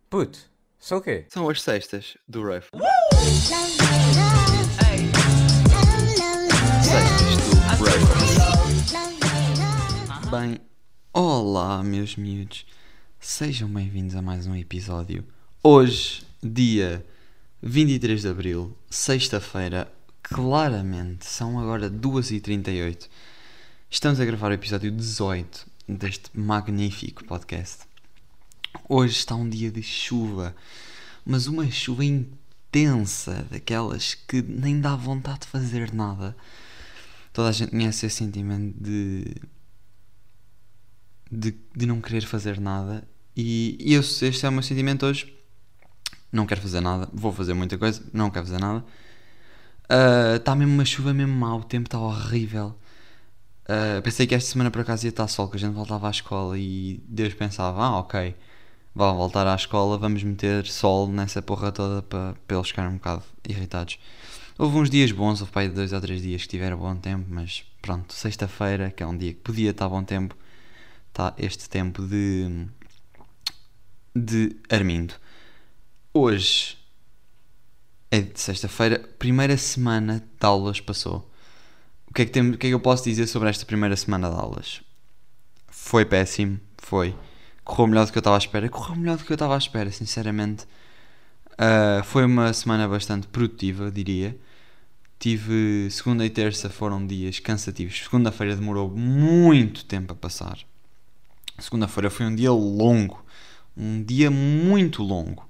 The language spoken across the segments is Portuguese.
Puto, são o quê? São as sextas do Ref. Sextas do Ref. Bem, olá meus miúdos. Sejam bem-vindos a mais um episódio. Hoje, dia 23 de Abril, sexta-feira, claramente, são agora 2h38. Estamos a gravar o episódio 18 deste magnífico podcast. Hoje está um dia de chuva, mas uma chuva intensa, daquelas que nem dá vontade de fazer nada. Toda a gente conhece esse sentimento de não querer fazer nada. E este é o meu sentimento hoje. Não quero fazer nada, vou fazer muita coisa, não quero fazer nada. Está mesmo uma chuva mesmo má, o tempo está horrível. Pensei que esta semana por acaso ia estar sol, que a gente voltava à escola e Deus pensava, ok, vão voltar à escola, vamos meter sol nessa porra toda para eles ficarem um bocado irritados. Houve uns dias bons, houve pai 2 ou 3 dias que tiveram bom tempo, mas pronto, sexta-feira, que é um dia que podia estar bom tempo, está este tempo de Armindo. Hoje é de sexta-feira, primeira semana de aulas passou. O que é que eu posso dizer sobre esta primeira semana de aulas? Foi péssimo, foi. Correu melhor do que eu estava à espera, sinceramente. Foi uma semana bastante produtiva, diria. Tive segunda e terça, foram dias cansativos. Segunda-feira demorou muito tempo a passar. Segunda-feira foi um dia longo, um dia muito longo.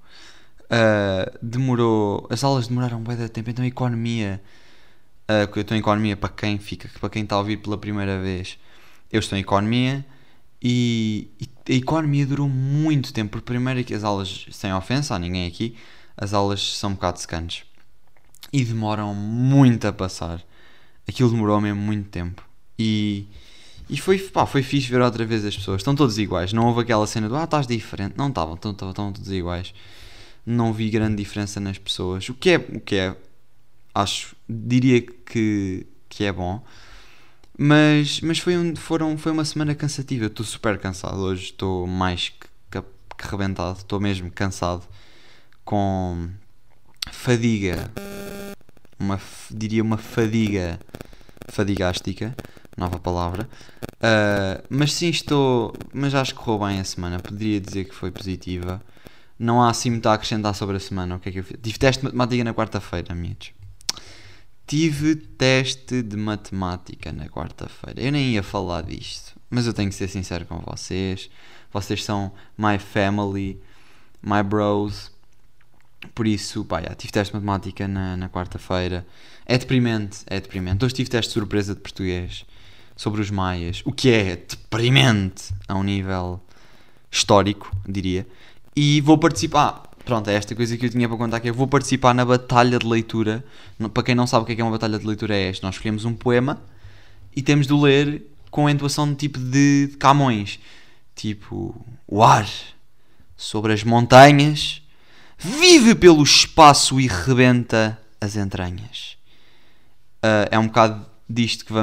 As aulas demoraram bem de tempo, então a economia, eu estou em economia para quem está a ouvir pela primeira vez, eu estou em economia e a economia durou muito tempo, porque primeiro é que as aulas, sem ofensa a ninguém aqui, as aulas são um bocado secantes e demoram muito a passar. Aquilo demorou mesmo muito tempo e foi fixe ver outra vez as pessoas. Estão todos iguais, não houve aquela cena do estás diferente. Não estavam, estão todos iguais. Não vi grande diferença nas pessoas, o que é diria que é bom. Mas foi uma semana cansativa. Eu estou super cansado hoje, estou mais que arrebentado, estou mesmo cansado, com fadiga, diria uma fadiga fadigástica, nova palavra. Mas sim, mas acho que correu bem a semana, poderia dizer que foi positiva. Não há assim muito a acrescentar sobre a semana. O que é que eu fiz? Tive teste de matemática na quarta-feira, amigos. Tive teste de matemática na quarta-feira. Eu nem ia falar disto, mas eu tenho que ser sincero com vocês. Vocês são my family, my bros. Por isso, tive teste de matemática na quarta-feira. É deprimente. Hoje tive teste de surpresa de português sobre os maias, o que é deprimente a um nível histórico, diria. E vou participar. Pronto, é esta coisa que eu tinha para contar, que eu vou participar na batalha de leitura. Para quem não sabe o que é uma batalha de leitura, é esta. Nós escolhemos um poema e temos de o ler com a entoação de tipo de Camões. Tipo, o ar sobre as montanhas vive pelo espaço e rebenta as entranhas. É um bocado disto que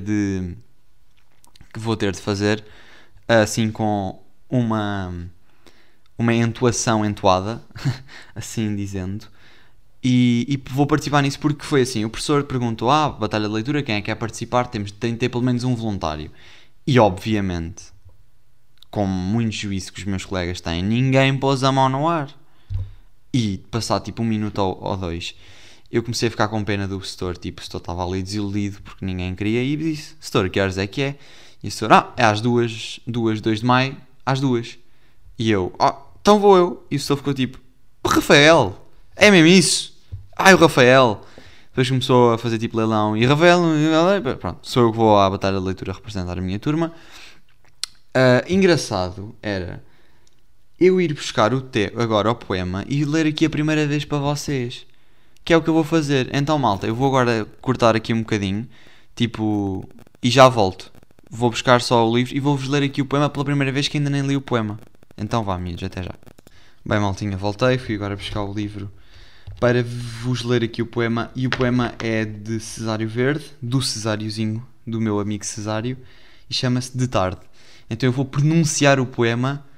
vou ter de fazer, assim com uma entoação entoada, assim dizendo, e vou participar nisso porque foi assim, o professor perguntou, batalha de leitura, quem é que quer participar? Tem de ter pelo menos um voluntário. E obviamente, com muito juízo que os meus colegas têm, ninguém pôs a mão no ar. E passar tipo 1 minuto ou 2, eu comecei a ficar com pena do setor, tipo, o setor estava ali desiludido porque ninguém queria, e disse, setor, que horas é que é? E o setor, é às 2 de maio, às 2. E eu, então vou eu. E o setor ficou tipo, o Rafael, é mesmo isso? O Rafael. Depois começou a fazer tipo leilão. E Rafael, pronto, sou eu que vou à batalha de leitura representar a minha turma. Engraçado era eu ir buscar agora o poema e ler aqui a primeira vez para vocês. Que é o que eu vou fazer. Então, malta, eu vou agora cortar aqui um bocadinho, tipo, e já volto. Vou buscar só o livro e vou-vos ler aqui o poema pela primeira vez, que ainda nem li o poema. Então vá, amigos, até já. Bem, maltinha, voltei, fui agora buscar o livro para vos ler aqui o poema. E o poema é de Cesário Verde, do Cesáriozinho, do meu amigo Cesário, e chama-se De Tarde. Então eu vou pronunciar o poema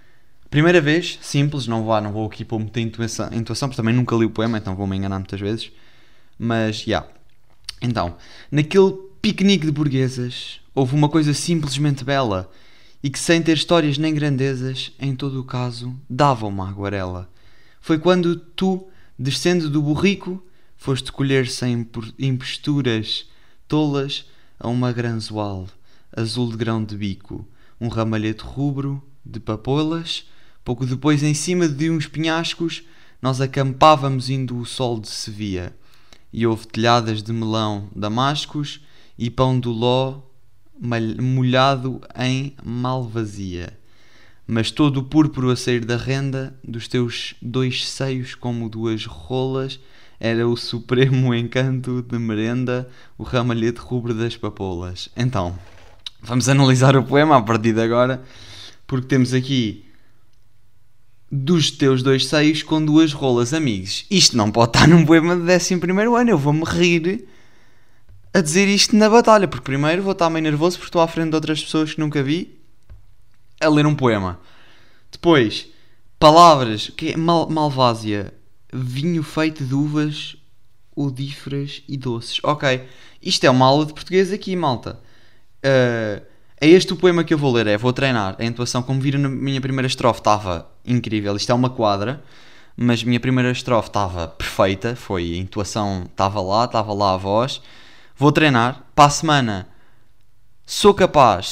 Primeira vez, simples, não vou aqui pôr muita intuação, porque também nunca li o poema, então vou-me enganar muitas vezes. Mas, já. Yeah. Então, naquele piquenique de burguesas, houve uma coisa simplesmente bela, e que sem ter histórias nem grandezas, em todo o caso, dava uma aguarela. Foi quando tu, descendo do burrico, foste colher sem imposturas tolas a uma granzoal, azul de grão de bico, um ramalhete rubro de papoilas. Pouco depois, em cima de uns penhascos, nós acampávamos indo o sol de Sevilla, e houve telhadas de melão damascos e pão do ló molhado em malvasia. Mas todo o púrpuro a sair da renda dos teus 2 seios como 2 rolas era o supremo encanto de merenda, o ramalhete rubro das papolas. Então, vamos analisar o poema a partir de agora, porque temos aqui dos teus 2 seios com 2 rolas, amigos. Isto não pode estar num poema de 11º ano, eu vou-me rir a dizer isto na batalha, porque primeiro vou estar meio nervoso porque estou à frente de outras pessoas que nunca vi a ler um poema. Depois, palavras, que é malvásia, vinho feito de uvas odíferas e doces. Ok, isto é uma aula de português aqui, malta. É este o poema que eu vou ler, vou treinar. A entoação, como viram na minha primeira estrofe, estava incrível. Isto é uma quadra, mas a minha primeira estrofe estava perfeita. A intoação estava lá a voz. Vou treinar. Para a semana, sou capaz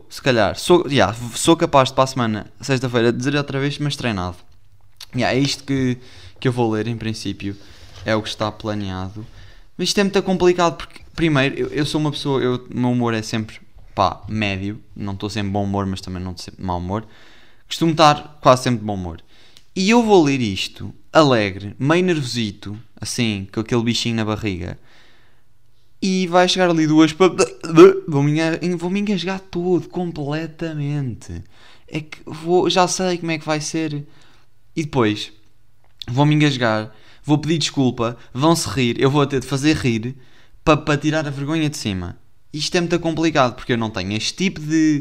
de para a semana, sexta-feira, dizer outra vez, mas treinado. É isto que eu vou ler, em princípio. É o que está planeado. Mas isto é muito complicado, porque, primeiro, eu sou uma pessoa, o meu humor é sempre, médio. Não estou sempre de bom humor, mas também não estou sempre de mau humor. Costumo estar quase sempre de bom humor. E eu vou ler isto, alegre, meio nervosito, assim, com aquele bichinho na barriga. E vai chegar ali 2 para... Vou-me engasgar todo, completamente. É que já sei como é que vai ser. E depois, vou-me engasgar, vou pedir desculpa, vão-se rir, eu vou ter de fazer rir para tirar a vergonha de cima. Isto é muito complicado, porque eu não tenho este tipo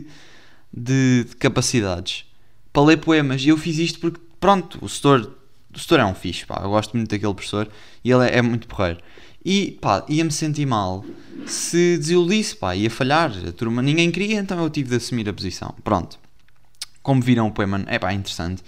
de capacidades para ler poemas. E eu fiz isto porque, pronto, o setor é um fixe, eu gosto muito daquele professor e ele é muito porreiro. E, ia-me sentir mal se desiludisse, ia falhar. A turma ninguém queria, então eu tive de assumir a posição. Pronto. Como viram, o poema é interessante.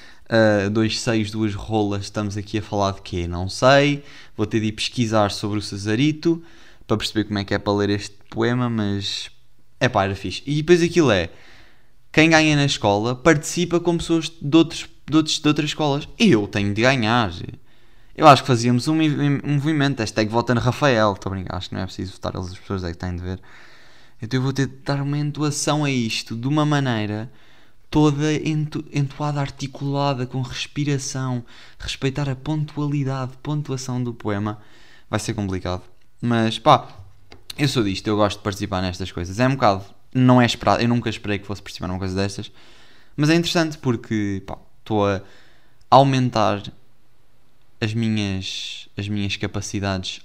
2 seios, 2 rolas, estamos aqui a falar de quê? Não sei. Vou ter de ir pesquisar sobre o Cesarito para perceber como é que é para ler este poema, mas era fixe. E depois aquilo quem ganha na escola participa com pessoas de outras escolas. E eu tenho de ganhar. Eu acho que fazíamos um movimento, hashtag vota no Rafael, estou a brincar, acho que não é preciso votar, as pessoas é que têm de ver. Então eu vou ter de dar uma entoação a isto, de uma maneira toda entoada, articulada, com respiração, respeitar a pontuação do poema. Vai ser complicado, mas eu sou disto, eu gosto de participar nestas coisas. É um bocado, não é esperado, eu nunca esperei que fosse participar numa coisa destas, mas é interessante porque estou a aumentar as minhas capacidades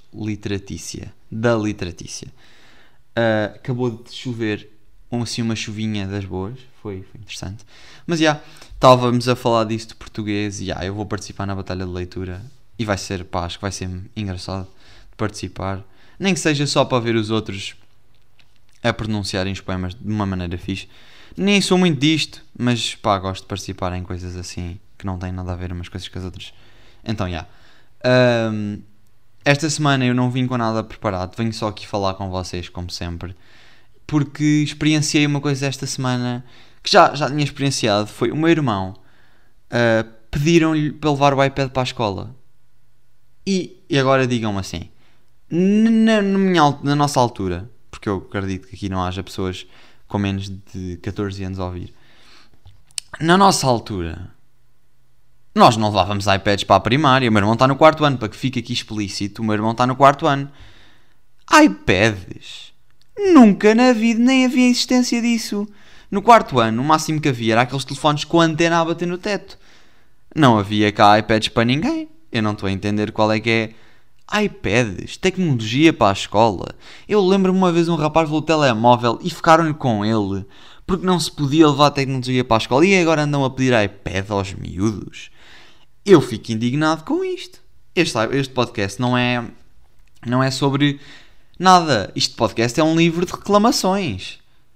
da literatícia. Acabou de chover, assim, uma chuvinha das boas, foi interessante. Mas estávamos a falar disso de português e eu vou participar na batalha de leitura e vai ser, acho que vai ser engraçado de participar, nem que seja só para ver os outros a pronunciarem os poemas de uma maneira fixe. Nem sou muito disto, mas gosto de participar em coisas assim que não têm nada a ver umas coisas com as outras. Então, esta semana eu não vim com nada preparado, venho só aqui falar com vocês, como sempre, porque experienciei uma coisa esta semana que já tinha experienciado. Foi o meu irmão, pediram-lhe para levar o iPad para a escola. E agora digam-me assim, na nossa altura, porque eu acredito que aqui não haja pessoas com menos de 14 anos a ouvir, na nossa altura nós não levávamos iPads para a primária. O meu irmão está no 4º ano, para que fique aqui explícito, o meu irmão está no 4º ano. iPads? Nunca na vida nem havia existência disso. No 4º ano, o máximo que havia era aqueles telefones com a antena a bater no teto. Não havia cá iPads para ninguém. Eu não estou a entender qual é que é. iPads? Tecnologia para a escola? Eu lembro-me uma vez um rapaz falou telemóvel e ficaram-lhe com ele porque não se podia levar a tecnologia para a escola e agora andam a pedir iPad aos miúdos. Eu fico indignado com isto. Este podcast não é sobre nada. Este podcast é um livro de reclamações.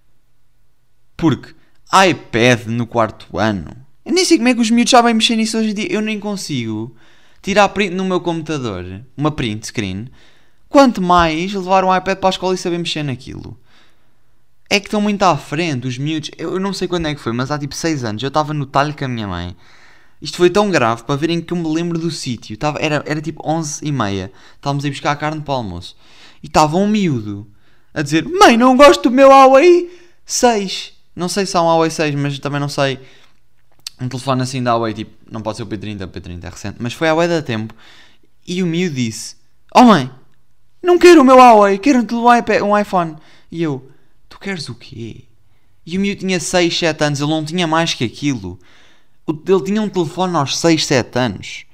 Porque iPad no 4º ano. Eu nem sei como é que os miúdos sabem mexer nisso hoje em dia. Eu nem consigo tirar print no meu computador. Uma print screen. Quanto mais levar um iPad para a escola e saber mexer naquilo. É que estão muito à frente. Os miúdos... Eu não sei quando é que foi, mas há tipo 6 anos. Eu estava no talho com a minha mãe. Isto foi tão grave para verem que eu me lembro do sítio. Era tipo 11h30. Estávamos a ir buscar a carne para o almoço. E estava um miúdo a dizer: mãe, não gosto do meu Huawei 6. Não sei se há um Huawei 6, mas também não sei. Um telefone assim da Huawei, tipo, não pode ser o P30, o P30 é recente. Mas foi a Huawei da tempo. E o miúdo disse: oh mãe, não quero o meu Huawei, quero um iPhone. E eu: tu queres o quê? E o miúdo tinha 6, 7 anos, ele não tinha mais que aquilo. Ele tinha um telefone aos 6, 7 anos.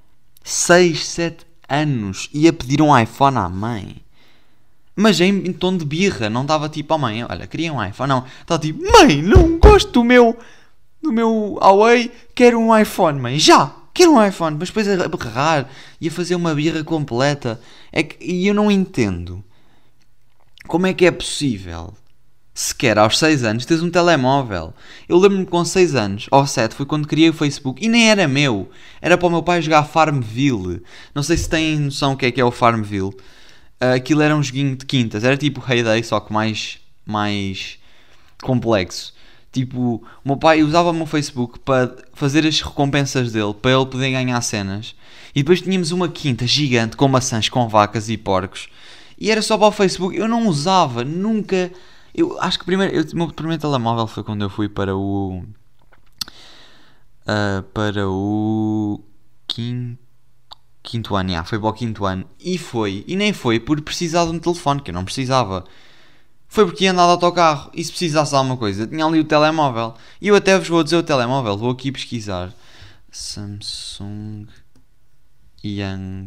6, 7 anos. Ia pedir um iPhone à mãe. Mas em tom de birra. Não estava tipo, oh mãe, olha, queria um iPhone. Não. Estava tipo, mãe, não gosto do meu Huawei. Quero um iPhone, mãe. Já! Quero um iPhone. Mas depois a berrar. Ia fazer uma birra completa. E eu não entendo. Como é que é possível... sequer aos 6 anos tens um telemóvel. Eu lembro-me com 6 anos, ou 7, foi quando criei o Facebook. E nem era meu. Era para o meu pai jogar Farmville. Não sei se têm noção o que é o Farmville. Aquilo era um joguinho de quintas. Era tipo Heyday, só que mais complexo. Tipo, o meu pai usava o meu Facebook para fazer as recompensas dele, para ele poder ganhar cenas. E depois tínhamos uma quinta gigante com maçãs, com vacas e porcos. E era só para o Facebook. Eu não usava, nunca... Eu acho que o meu primeiro telemóvel foi quando eu fui para o quinto ano, foi para o 5º ano. E nem foi por precisar de um telefone, que eu não precisava. Foi porque ia andar de autocarro e se precisasse de alguma coisa, tinha ali o telemóvel. E eu até vos vou dizer o telemóvel, vou aqui pesquisar. Samsung Young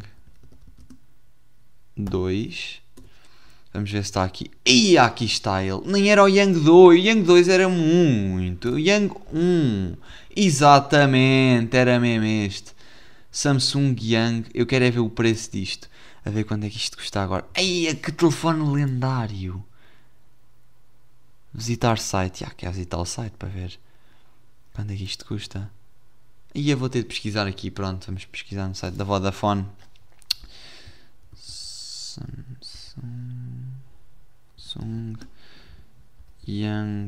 2. Vamos ver se está aqui. E aqui está ele. Nem era o Young 2. O Young 2 era muito. O Young 1. Exatamente. Era mesmo este. Samsung Young. Eu quero é ver o preço disto. A ver quanto é que isto custa agora. Ai, que telefone lendário. Visitar site. Quero visitar o site para ver quanto é que isto custa. E eu vou ter de pesquisar aqui. Pronto, vamos pesquisar no site da Vodafone. Samsung Young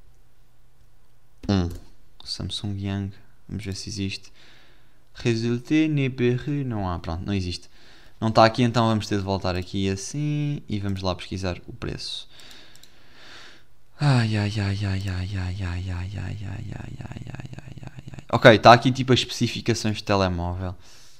1. Samsung Young. Vamos ver se existe. Resulté n'est pas. Não há, pronto, não existe. Não está aqui, então vamos ter de voltar aqui assim. E vamos lá pesquisar o preço. Ok, está aqui tipo as especificações de telemóvel.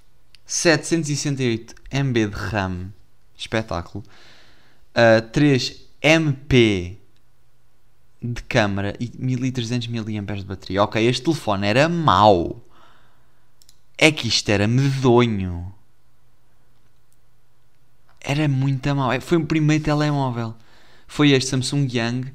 768 MB de RAM. Espetáculo. 3 MP de câmara e 1300 mAh de bateria. Ok, este telefone era mau. É que isto era medonho. Era muito mau. Foi o primeiro telemóvel. Foi este Samsung Young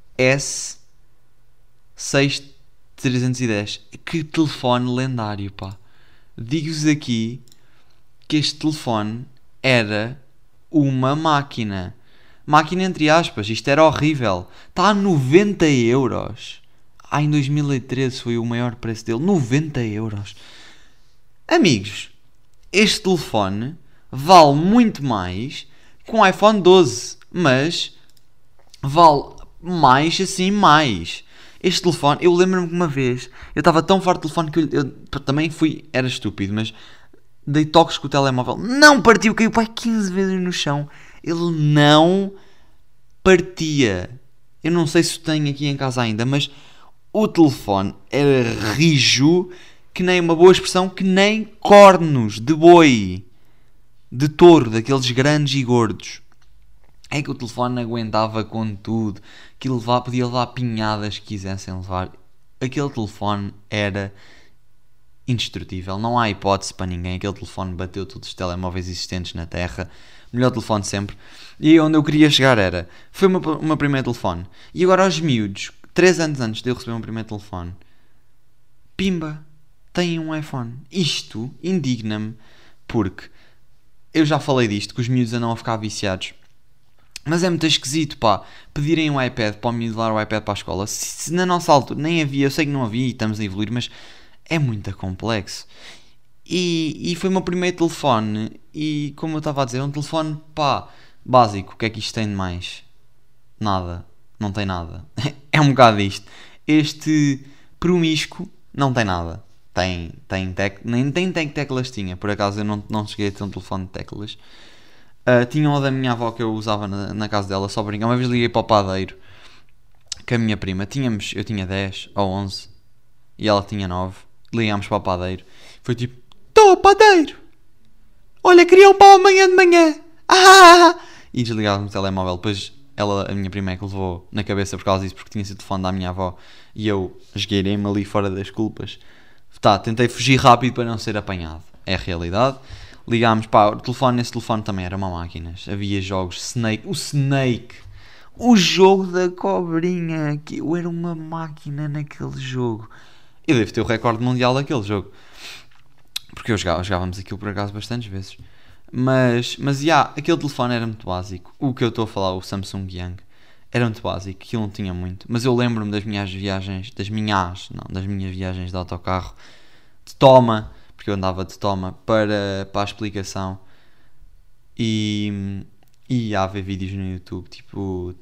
S6310. Que telefone lendário, pá. Digo-vos aqui que este telefone era uma máquina. Máquina entre aspas. Isto era horrível. Está a 90 euros. Em 2013 foi o maior preço dele. 90 euros. Amigos, este telefone vale muito mais que um iPhone 12. Mas vale mais assim mais. Este telefone, eu lembro-me que uma vez eu estava tão forte de telefone que eu também fui, era estúpido, mas dei toques com o telemóvel, não partiu, caiu pai 15 vezes no chão. Ele não partia. Eu não sei se o tenho aqui em casa ainda, mas o telefone era rijo, que nem uma boa expressão, que nem cornos de boi, de touro, daqueles grandes e gordos. É que o telefone aguentava com tudo, que podia levar pinhadas que quisessem levar. Aquele telefone era indestrutível, não há hipótese para ninguém. Aquele telefone bateu todos os telemóveis existentes na Terra. Melhor telefone sempre. E onde eu queria chegar foi o meu primeiro telefone. E agora os miúdos 3 anos antes de eu receber o meu primeiro telefone, pimba, tem um iPhone. Isto indigna-me porque eu já falei disto, que os miúdos andam a ficar viciados. Mas é muito esquisito, pá, pedirem um iPad para o miúdo levar o iPad para a escola. Se na nossa altura nem havia, eu sei que não havia e estamos a evoluir, mas é muito complexo. E foi o meu primeiro telefone. E como eu estava a dizer, é um telefone, pá, básico. O que é que isto tem de mais? Nada. Não tem nada. É um bocado isto. Este promíscuo não tem nada. Nem tem teclas tinha. Por acaso eu não cheguei a ter um telefone de teclas. Tinha um da minha avó que eu usava na casa dela só para brincar. Uma vez liguei para o padeiro com a minha prima. Eu tinha 10 ou 11 e ela tinha 9. Ligámos para o padeiro. Foi tipo: Tô, padeiro! Olha, queria um pão amanhã de manhã! Ah! E desligávamos o telemóvel. Depois a minha prima é que levou na cabeça por causa disso, porque tinha sido telefone da minha avó. E eu esgueirei-me ali fora das culpas. Tentei fugir rápido para não ser apanhado. É a realidade. Ligámos, pá, esse telefone também era uma máquina. Havia jogos, Snake, o jogo da cobrinha, que eu era uma máquina naquele jogo. Eu devo ter o recorde mundial daquele jogo, porque jogávamos aquilo por acaso bastantes vezes. Mas aquele telefone era muito básico. O que eu estou a falar, o Samsung Young, era muito básico, aquilo não tinha muito. Mas eu lembro-me das minhas viagens de autocarro, de Toma, porque eu andava de Toma para a explicação, e ia a ver vídeos no YouTube, tipo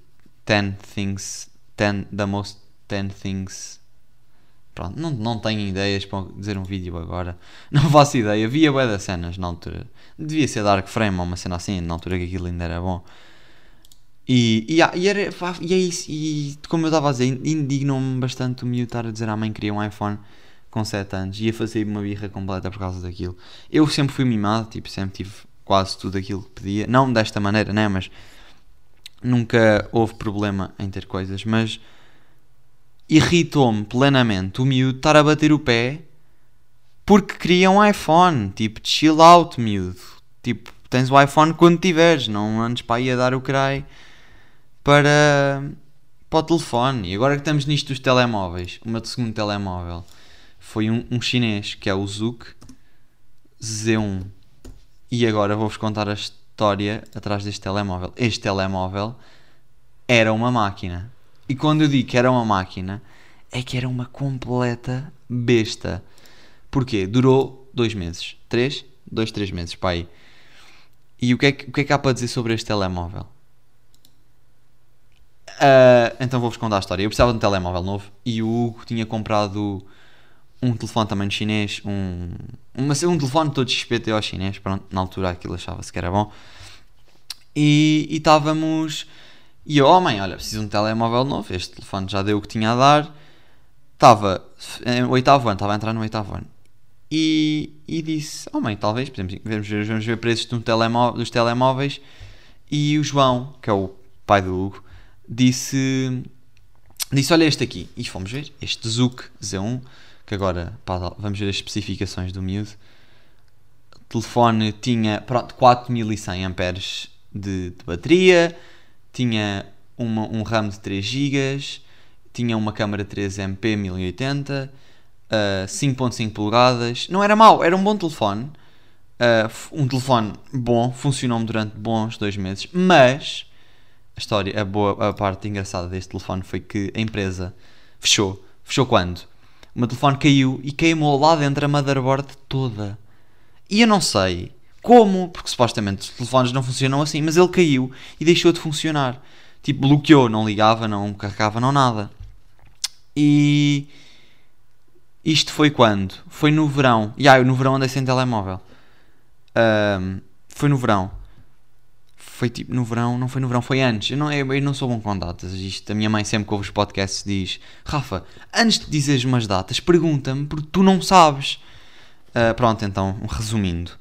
10 things. Pronto, não tenho ideias para dizer um vídeo agora. Não faço ideia. Via bué das cenas na altura. Devia ser Dark Frame ou uma cena assim, na altura que aquilo ainda era bom. E é isso. E como eu estava a dizer, indignou-me bastante o miúdo estar a dizer à mãe que queria um iPhone com 7 anos. Ia fazer uma birra completa por causa daquilo. Eu sempre fui mimado, tipo, sempre tive quase tudo aquilo que pedia. Não desta maneira, né? Mas nunca houve problema em ter coisas. Mas irritou-me plenamente o miúdo estar a bater o pé porque queria um iPhone. Tipo, chill out, miúdo. Tipo, tens o iPhone quando tiveres, não andes para aí a dar o cray para o telefone. E agora que estamos nisto dos telemóveis, o meu segundo telemóvel foi um chinês, que é o Zook Z1. E agora vou-vos contar a história atrás deste telemóvel. Este telemóvel era uma máquina. E quando eu digo que era uma máquina, é que era uma completa besta. Porquê? Durou 2 meses. 3 meses, pá aí. E o que é que há para dizer sobre este telemóvel? Então vou-vos contar a história. Eu precisava de um telemóvel novo e o Hugo tinha comprado um telefone também chinês, um telefone todo XPTO chinês. Pronto, na altura aquilo achava-se que era bom. E estávamos... E eu, mãe, olha, preciso de um telemóvel novo. Este telefone já deu o que tinha a dar. Estava em 8º ano, estava a entrar no 8º ano. E disse, mãe, talvez, vamos ver preços dos telemóveis. E o João, que é o pai do Hugo, disse, olha este aqui. E fomos ver, este Zook Z1, que agora, vamos ver as especificações do miúdo. O telefone tinha, 4100 amperes de bateria, tinha um RAM de 3 GB, tinha uma câmera 3MP 1080, 5.5 polegadas. Não era mau, era um bom telefone. Um telefone bom, funcionou-me durante bons 2 meses, mas a parte engraçada deste telefone foi que a empresa fechou. Fechou quando? O meu telefone caiu e queimou lá dentro a motherboard toda. E eu não sei como, porque supostamente os telefones não funcionam assim, mas ele caiu e deixou de funcionar. Tipo, bloqueou, não ligava, não carregava, não nada. E isto foi quando? Foi no verão. Eu no verão andei sem telemóvel. Foi no verão. Foi tipo no verão, não foi no verão, foi antes. Eu não sou bom com datas. A minha mãe sempre que ouve os podcasts diz: Rafa, antes de dizeres umas datas, pergunta-me porque tu não sabes. Pronto, então, resumindo.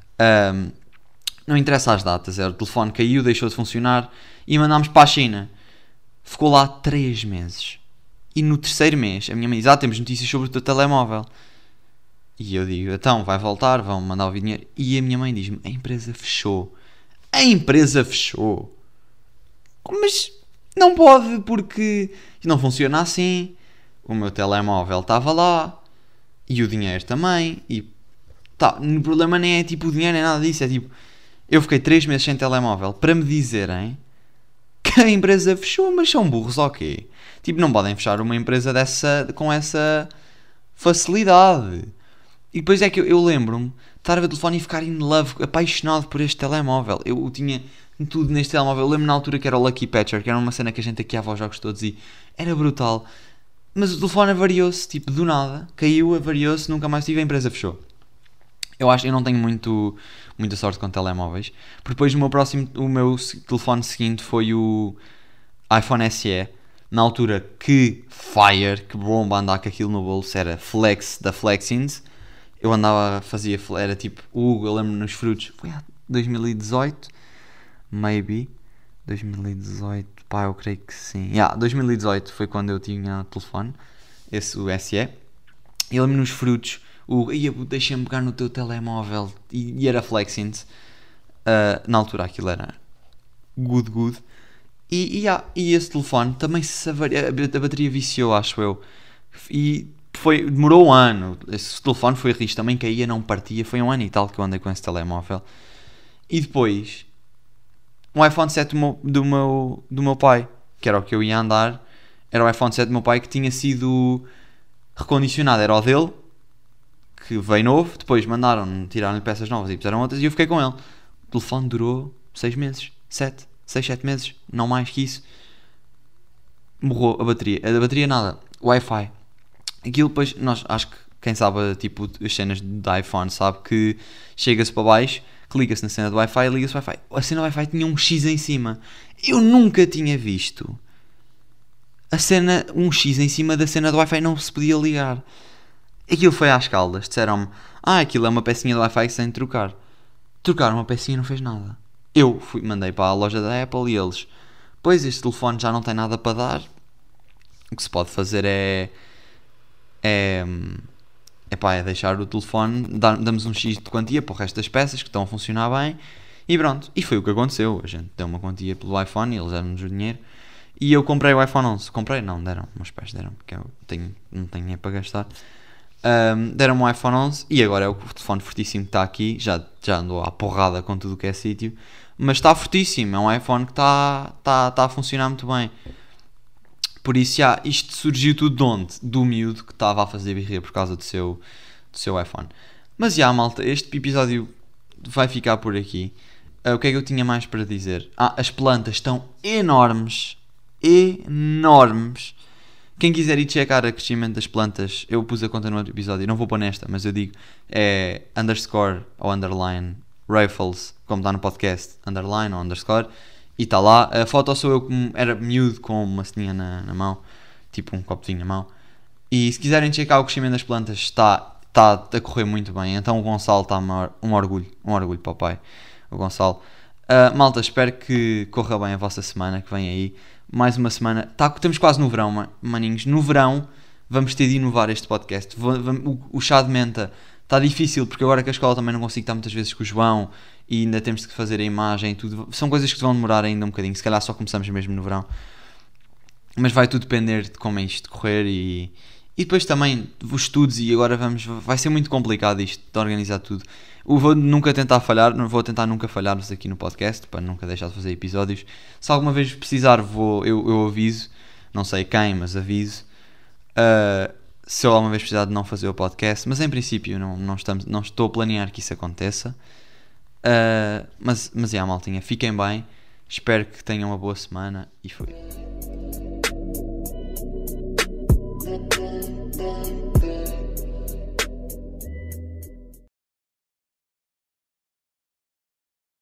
Não interessa as datas. O telefone caiu, deixou de funcionar e mandámos para a China. Ficou lá 3 meses. E no 3º mês, a minha mãe diz: temos notícias sobre o teu telemóvel. E eu digo: então, vai voltar, vão mandar o dinheiro. E a minha mãe diz-me: a empresa fechou. A empresa fechou. Mas Não pode, porque não funciona assim. O meu telemóvel estava lá e o dinheiro também. E tá, o problema nem é tipo o dinheiro, nem nada disso. É tipo, eu fiquei 3 meses sem telemóvel para me dizerem que a empresa fechou, mas são burros, ok. Tipo, não podem fechar uma empresa com essa facilidade. E depois é que eu lembro-me de estar a ver o telefone e ficar in love, apaixonado por este telemóvel. Eu tinha tudo neste telemóvel. Eu lembro na altura que era o Lucky Patcher, que era uma cena que a gente hackeava os jogos todos e era brutal. Mas o telefone avariou-se, tipo, do nada. Caiu, avariou-se, nunca mais tive, a empresa fechou. Eu não tenho muita sorte com telemóveis. Porque depois o meu telefone seguinte foi o iPhone SE. Na altura, que fire, que bomba andar com aquilo no bolso, era Flex da Flexins. Eu andava, era tipo o Hugo, eu lembro nos frutos, foi há 2018, maybe, 2018, pá, eu creio que sim. 2018 foi quando eu tinha o telefone, o SE. E eu lembro nos frutos, deixa-me pegar no teu telemóvel, e era Flexins. Na altura aquilo era good. E esse telefone também a bateria viciou, acho eu. E demorou um ano. Esse telefone foi risco, também caía, não partia. Foi um ano e tal que eu andei com esse telemóvel. E depois, um iPhone 7 do meu pai, que era o que eu ia andar, era o iPhone 7 do meu pai que tinha sido recondicionado. Era o dele, que veio novo. Depois tiraram-lhe peças novas e puseram outras. E eu fiquei com ele. O telefone durou 6 meses, 6, 7 meses, não mais que isso. Morreu a bateria. A bateria nada, Wi-Fi. Aquilo depois, acho que quem sabe tipo as cenas do iPhone sabe que chega-se para baixo, clica-se na cena do Wi-Fi e liga-se o Wi-Fi. A cena do Wi-Fi tinha um X em cima. Eu nunca tinha visto um X em cima da cena do Wi-Fi, não se podia ligar. Aquilo foi às caldas. Disseram-me, aquilo é uma pecinha do Wi-Fi que se tem de trocar. Trocaram uma pecinha e não fez nada. Mandei para a loja da Apple e eles, pois este telefone já não tem nada para dar. O que se pode fazer é deixar o telefone, damos um X de quantia para o resto das peças que estão a funcionar bem e pronto. E foi o que aconteceu. A gente deu uma quantia pelo iPhone e eles deram-nos o dinheiro. E eu comprei o iPhone 11. Deram, meus pais deram, porque eu não tenho dinheiro para gastar. Deram-me o iPhone 11 e agora é o telefone fortíssimo que está aqui. Já andou à porrada com tudo o que é sítio, mas está fortíssimo. É um iPhone que está a funcionar muito bem. Por isso, isto surgiu tudo de onde? Do miúdo que estava a fazer birria por causa do seu iPhone. Mas malta, este episódio vai ficar por aqui. O que é que eu tinha mais para dizer? As plantas estão enormes. Enormes. Quem quiser ir checar o crescimento das plantas, eu pus a conta no outro episódio, não vou pôr nesta, mas eu digo, é _ ou underline Raffles, como está no podcast, underline ou underscore, e está lá. A foto sou eu como era miúdo com uma ceninha na mão, tipo um copo de vinho na mão. E se quiserem checar o crescimento das plantas, está a correr muito bem. Então o Gonçalo está um orgulho para o pai, o Gonçalo. Malta, espero que corra bem a vossa semana que vem aí. Mais uma semana. Estamos quase no verão, maninhos. No verão vamos ter de inovar este podcast. O chá de menta está difícil porque agora que a escola também não consigo estar muitas vezes com o João e ainda temos que fazer a imagem e tudo. São coisas que vão demorar ainda um bocadinho. Se calhar só começamos mesmo no verão. Mas vai tudo depender de como é isto correr e depois também os estudos e agora vai ser muito complicado isto de organizar tudo. Não vou tentar nunca falhar-vos aqui no podcast para nunca deixar de fazer episódios. Se alguma vez precisar eu aviso, não sei quem, mas aviso. Se eu alguma vez precisar de não fazer o podcast, mas em princípio não estou a planear que isso aconteça. Mas maltinha, fiquem bem, espero que tenham uma boa semana e foi.